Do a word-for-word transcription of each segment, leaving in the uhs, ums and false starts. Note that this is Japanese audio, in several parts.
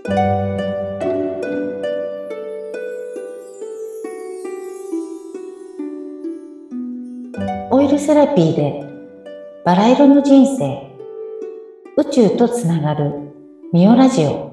オイルセラピーでバラ色の人生、宇宙とつながるミオラジオ。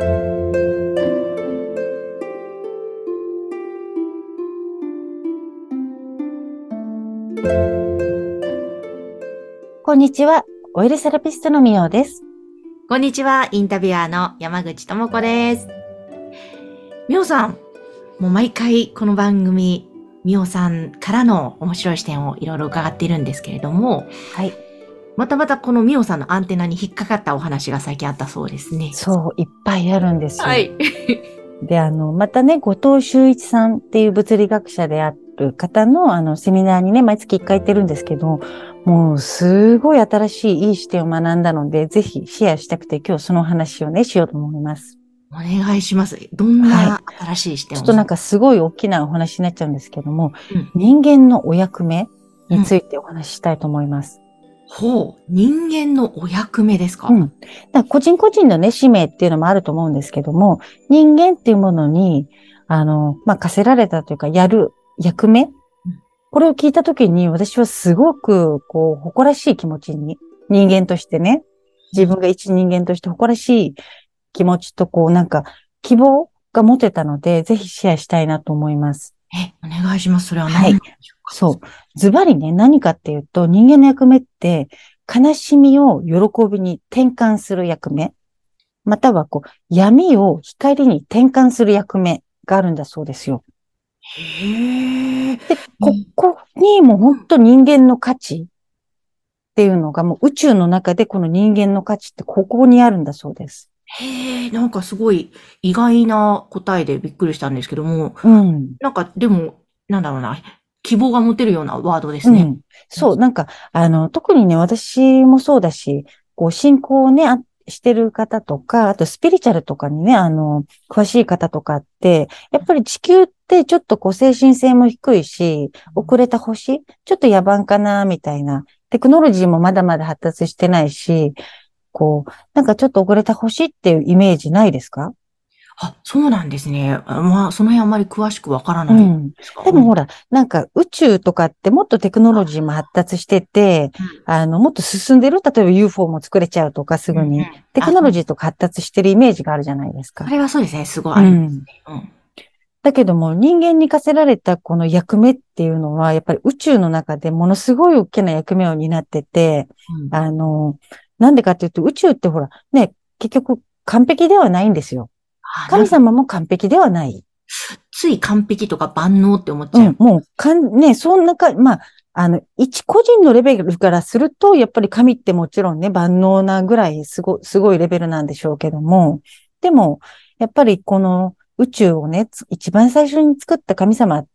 こんにちは、オイルセラピストのミオです。 こんにちは、インタビュアーの山口智子です。ミオさん、もう毎回この番組、ミオさんからの面白い視点をいろいろ伺っているんですけれども、 はい。 またまたこのミオさんのアンテナに引っかかったお話が最近あったそうですね。 そう、いっぱいあるんですよ。 はい。 で、あの、またね、後藤修一さんっていう物理学者である方の、あの、セミナーにね、毎月いっかい行ってるんですけど、もう、すごい新しいいい視点を学んだので、ぜひシェアしたくて、今日その話をね、しようと思います。 お願いします。どんはい。 な新しい視点を。 ちょっとなんかすごい大きなお話になっちゃうんですけども、 うん、 人間のお役目についてお話ししたいと思います。 ほう、人間のお役目ですか？ うん。だから個人個人のね、使命っていうのもあると思うんですけども、人間っていうものに、あの、まあ、課せられたというか、やる役目、これを聞いたときに、私はすごく、こう、誇らしい気持ちに、人間としてね、自分が一人間として誇らしい気持ちと、こう、なんか、希望が持てたので、ぜひシェアしたいなと思います。 え、お願いします。それははい。 何でしょうか？ そう。ズバリね、何かっていうと、人間の役目って、悲しみを喜びに転換する役目、またはこう、闇を光に転換する役目があるんだそうですよ。 へえ。 で、ここにもう本当人間の価値っていうのがもう宇宙の中でこの人間の価値ってここにあるんだそうです。 へえ、なんかすごい意外な答えでびっくりしたんですけども、 うん。 なんかでも、なんだろうな、希望が持てるようなワードですね。 うん。そう、なんか、あの、特にね、私もそうだし、こう、信仰をね、あしてる方とか、あとスピリチュアルとかにね、あの、詳しい方とかって、やっぱり地球ってちょっとこう、精神性も低いし、遅れた星、ちょっと野蛮かな、みたいな。テクノロジーもまだまだ発達してないし、こう、なんかちょっと遅れた星っていうイメージないですか？ あ、そうなんですね。あまあ、その辺あんまり詳しくわからないうん。 ですか？うん。 でもほら、なんか宇宙とかってもっとテクノロジーも発達してて、 うん。 あの、もっと進んでる。例えば ユーフォー も作れちゃうとかすうんうん。 ぐに。テクあ、そう。 ノロジーとか発達してるイメージがあるじゃないですか。 それはそうですね。すごいありますうん。 ね。うん。 だけども人間に課せられたこの役目っていうのは、やっぱり宇宙の中でものすごい大きな役目を担ってて、 うん。 あの、なんでかっていうと宇宙ってほら、ね、結局完璧ではないんですよ。 あ、なんか、 神様も完璧ではない。 つい完璧とか万能って思っちゃう。 うん、もう、かん、ね、そんなか、まあ、あの、一個人のレベルからすると、やっぱり神ってもちろんね、万能なぐらいすご、すごいレベルなんでしょうけども、でも、やっぱりこの宇宙をね、つ一番最初に作った神様って、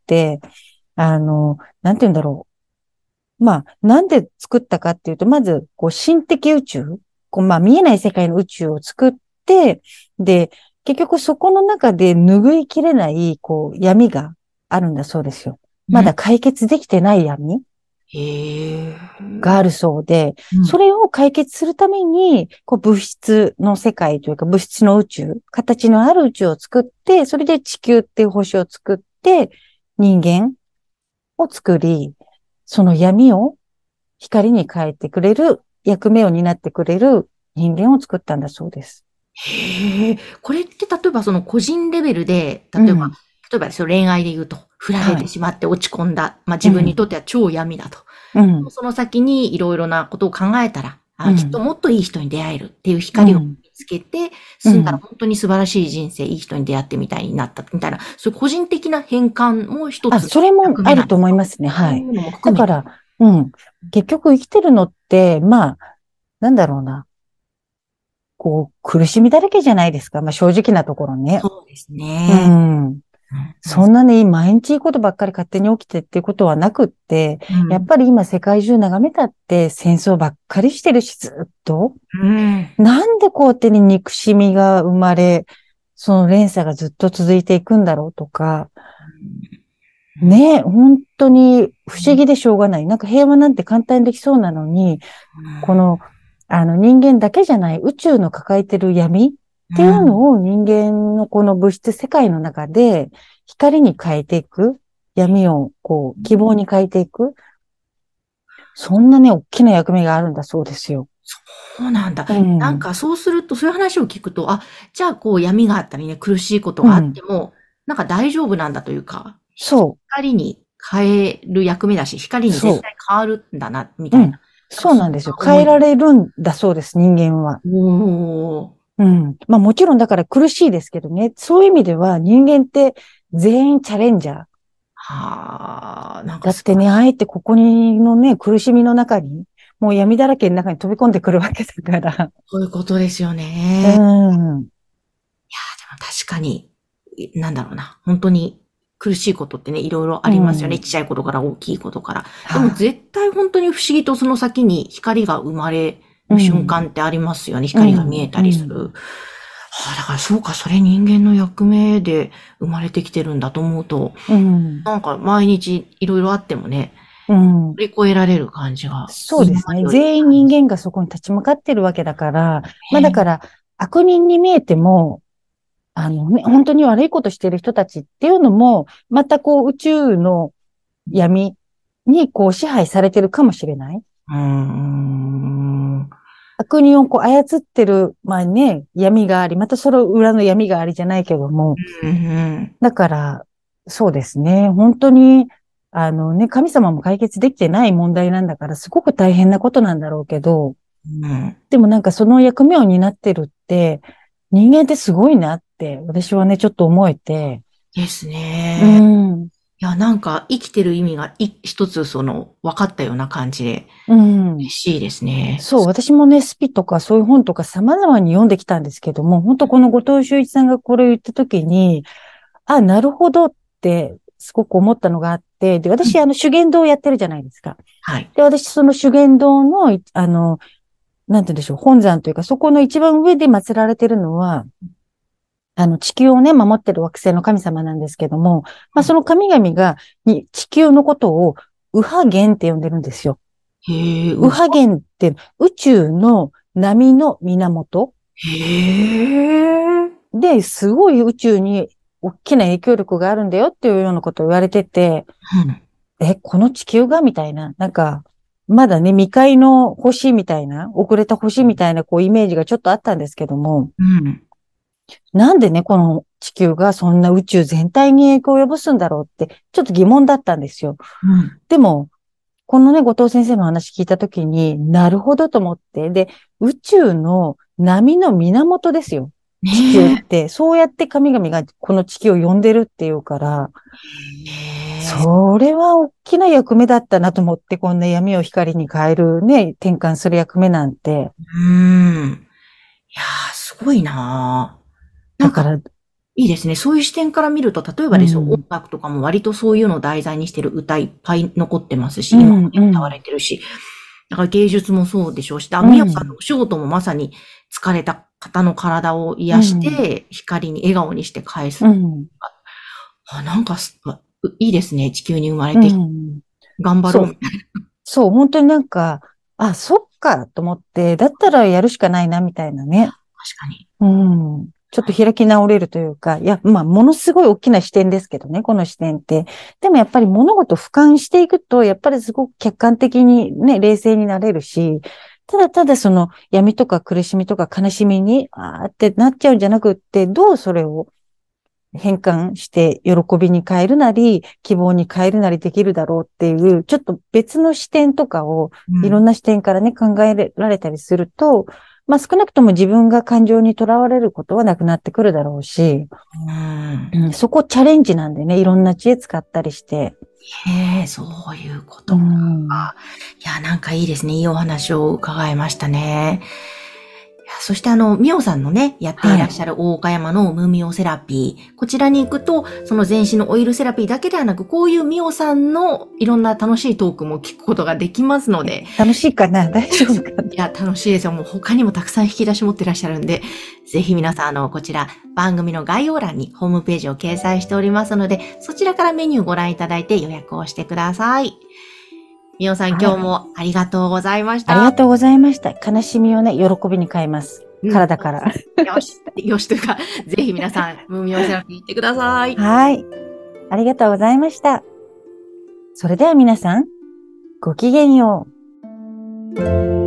あの、なんて言うんだろう。まあ、なんで作ったかっていうと、まず、こう、神的宇宙、こう、まあ、見えない世界の宇宙を作って、で、結局そこの中で拭いきれない、こう、闇があるんだそうですよ。まうん。 だ解決できてない闇へえ。 があるそうで、 うん。 それを解決するために、こう、物質の世界というか、物質の宇宙、形のある宇宙を作って、それで地球っていう星を作って、人間を作り、その闇を光に変えてくれる、役目を担ってくれる人間を作ったんだそうです。 へえ。これって例えばその個人レベルで、例えば、 うん。 例えばですよ、恋愛で言うと、振られはい。 てしまって落ち込んだ。まあ自分にうん。 とっては超闇だと。 うん。 その先にいろいろなことを考えたら、あ、きっとうん。 もっといい人に出会えるっていう光をうん。 見つけて、 うん。 住んだら本当に素晴らしい人生、いい人に出会ってみたいになったみたいな、そういう個人的な変換も一あ、 つのそれも役あると目なんですか？ 思いますね。はい。 そういうのも含めて。 だから、うん。結局生きてるのって、まあ、なんだろうな。こう、苦しみだらけじゃないですか。まあ正直なところね。 そうですうね。 ん。 うん、 そんなに毎日いいことばっかり勝手に起きてっていうことはなくって、 うん、うん。 やっぱり今世界中眺めたって戦争ばっかりしてるし、ずっと。 うん。 なんでこうやって憎しみが生まれ、その連鎖がずっと続いていくんだろうとか、ねえ、本当に不思議でしょうがない。なんか平和なんて簡単にできそうなのに、この、あの人間だけじゃない宇宙の抱えてる闇、 ていうのを人間のこの物質世界の中で光に変えていく、闇をこう希望に変えていく、そんなね、大きな役目があるんだそうですよ。 そうなんだ。 うん。 なんかそうすると、そういう話を聞くと、あ、じゃあこう闇があったりね、苦しいことがあっても、なんか大丈夫なんだというか、 そう。 光に変える役目だし、光に絶対変わるんだな、みたいな。 うん。そうなんですよ。変え思いられるんだそうです、人間は。 おー。 うん。まあもちろんだから苦しいですけどね。そういう意味では人間って全員チャレンジャー。 はあ、なんかすごい。 だってね、あえてここにのね、苦しみの中に、もう闇だらけの中に飛び込んでくるわけだから。 そういうことですようね。 ん。 いやー、でも確かに、いなんだろうな。本当に苦しいことってね、いろいろあうりますよね。 ん。 ちっちゃいことから大きいことから。でもは絶対本当に不思議とその先に光が生まれい。うる瞬ん。 間ってありますよね。 うん。 光が見えたうん。 りする。はあ、だからそうか、それ人間の役目で生まれてきてるんだと思うと、 うん。 なんか毎日いろいろあってもね、 うん。 乗り越えられる感じが、今そうですね。 までより、 全員人間がそこに立ち向かってるわけだから、まあだから、悪人に見えても、あのね、本当に悪いことしてる人たちっていうのも、またこう宇宙の闇にこう支配されてるかもしれない。 うーん。 悪人をこう操ってる、まあね、闇があり、またその裏の闇がありじゃないけども、 うんうんだから、そうですね。本当に、あのね、神様も解決できてない問題なんだから、すごく大変なことなんだろうけど、 うん。 でもなんかその役目を担ってるって、人間ってすごいなって、私はね、ちょっと思えて、 ですうね。 ん、 いや、なんか生きてる意味がい一つその分かったような感じでうん。 嬉しいですね。 そう、私もね、スピとかそういう本とか様々に読んできたんですけども、本当この後藤修一さんがこれを言ったときに、あ、なるほどってすごく思ったのがあって、で、私、 うん。 あの、修験道をやってるじゃないですか。 はい。 で、私、その修験道の、いあの、なんて言うんでしょう、本山というか、そこの一番上で祀られてるのは、あの、地球をね、守ってる惑星の神様なんですけども、まあ、その神々が、に、地球のことを、右派源って呼んでるんですよ。 へえ、 右うは。 派源って宇宙の波の源へえ。 で、すごい宇宙に大きな影響力があるんだよっていうようなことを言われてて、 うん。 え、この地球がみたいな、なんか、まだね、未開の星みたいな、遅れた星みたいな、こう、イメージがちょっとあったんですけども、 うん。 なんでね、この地球がそんな宇宙全体に影響を及ぼすんだろうって、ちょっと疑問だったんですよ。 うん。 でも、このね、後藤先生の話聞いたときになるほどと思って、で、宇宙の波の源ですよ。地球っねて、そうやって神々がこの地球を呼んでるっていうから、 え。へえ。 それは大きな役目だったなと思って、こんな闇を光に変えるね、転換する役目なんて。 うーん。いやー、すごいなー。なんか、 だから、 いいですね。そういう視点から見ると、例えばですよ、音うん、 楽とかも割とそういうのを題材にしてる歌いっぱい残ってますし、今もうん、うね歌われん、 てるし、だから芸術もそうでしょうし、あ、 うみやさんのん、 お仕事もまさに疲れた方の体をう癒しん、 て、光に笑顔にして返す。 うん、 あ、なんかす、あいいですね。地球に生まれうてきて。 ん。 頑張ろう。 そう、そう、本当になんか、あ、そっかと思って、だったらやるしかないな、みたいなね。 確かに。 うん。ちょっと開き直れるというか、いや、まあ、ものすごい大きな視点ですけどね、この視点って。でもやっぱり物事俯瞰していくと、やっぱりすごく客観的にね、冷静になれるし、ただただその闇とか苦しみとか悲しみに、あーってなっちゃうんじゃなくって、どうそれを変換して喜びに変えるなり、希望に変えるなりできるだろうっていう、ちょっと別の視点とかを、 うん。 いろんな視点からね、考えられたりすると、まあ少なくとも自分が感情にとらわれることはなくなってくるだろうし、 うん。 うん、そこチャレンジなんでね、いろんな知恵使ったりして。 へえ、そういうこうとか。 ん、 いや、なんかいいですね。いいお話を伺いましたね。いやそしてあの、みおさんのね、やっていはい。 らっしゃる大岡山の無ミオセラピー。こちらに行くと、その全身のオイルセラピーだけではなく、こういうみおさんのいろんな楽しいトークも聞くことができますので、 楽しいかな大丈夫かな。 いや、楽しいですよ。もう他にもたくさん引き出し持ってらっしゃるんで、ぜひ皆さん、あの、こちら、番組の概要欄にホームページを掲載しておりますので、そちらからメニューご覧いただいて予約をしてください。みおさん、今日はい。 もありがとうございました。 ありがとうございました。悲しみをね、喜びに変えます。 体から。 よし、よしというか、ぜひ皆さん、無味をセラピー行ってください。 はい。ありがとうございました。それでは皆さん、ごきげんよう。